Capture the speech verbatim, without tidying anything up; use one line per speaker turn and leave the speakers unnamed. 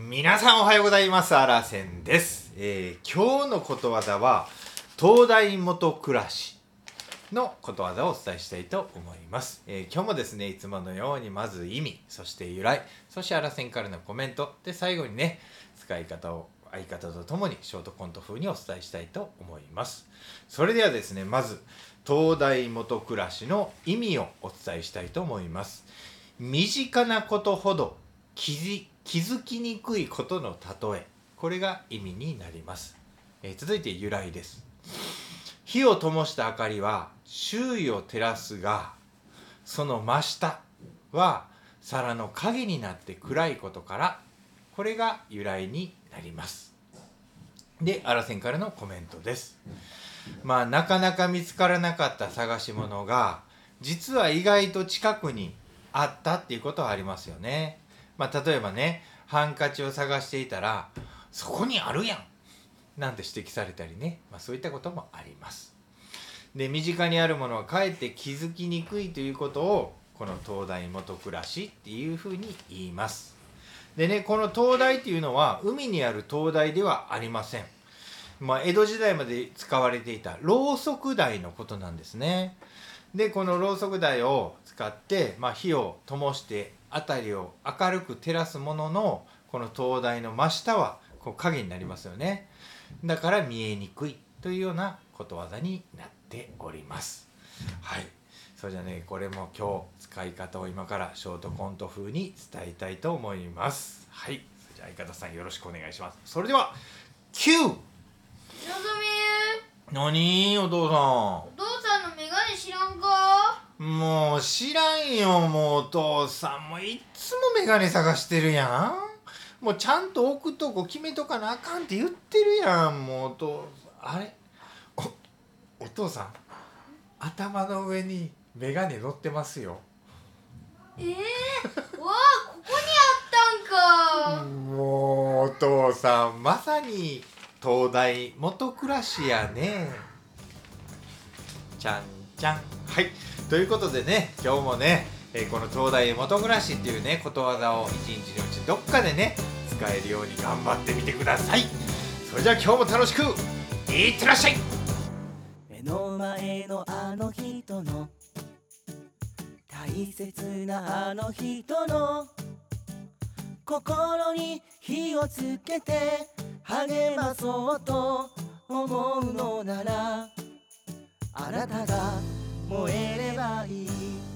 皆さんおはようございます。あらせんです、えー、今日のことわざは東大元暮らしのことわざをお伝えしたいと思います、えー、今日もですねいつものようにまず意味、そして由来、そしてあらせんからのコメントで最後にね使い方を相方とともにショートコント風にお伝えしたいと思います。それではですねまず東大元暮らしの意味をお伝えしたいと思います。身近なことほど気づ気づきにくいことの例え、これが意味になります、えー、続いて由来です。火を灯した明かりは周囲を照らすが、その真下は皿の影になって暗いことから、これが由来になります。で、あらせんからのコメントです。まあなかなか見つからなかった探し物が実は意外と近くにあったっていうことはありますよね。まあ例えばね、ハンカチを探していたらそこにあるやんなんて指摘されたりね、まあ、そういったこともあります。で、身近にあるものはかえって気づきにくいということをこの東大元暮らしっていうふうに言います。でね、この東大っていうのは海にある灯台ではありません。まあ、江戸時代まで使われていたろうそく台のことなんですね。で、このろうそく台を使って、まあ、火を灯して辺りを明るく照らすものの、この灯台の真下はこう影になりますよね。だから見えにくいというようなことわざになっております。はい。それじゃね、これも今日使い方を今からショートコント風に伝えたいと思います。はい。それじゃあ相方さんよろしくお願いします。それではキュー。
のぞみ。
何お父さん。
お父さんのメガネ知らんか？
もう知らんよ。もうお父さんもいっつもメガネ探してるやん。もうちゃんと置くとこ決めとかなあかんって言ってるやん。もうお父さん、あれお、お父さん頭の上にメガネ乗ってますよ。
えー、わあ、ここにあったんか。
もうお父さんまさに東大元暮らしやね。ちゃんちゃん。はい、ということでね、今日もね、えー、この東大元暮らしっていうねことわざを一日のうちどっかでね使えるように頑張ってみてください。それじゃあ今日も楽しくいってらっしゃい。
目の前のあの人の大切なあの人の心に火をつけて励まそうと思うのなら、あなたが燃えればいい。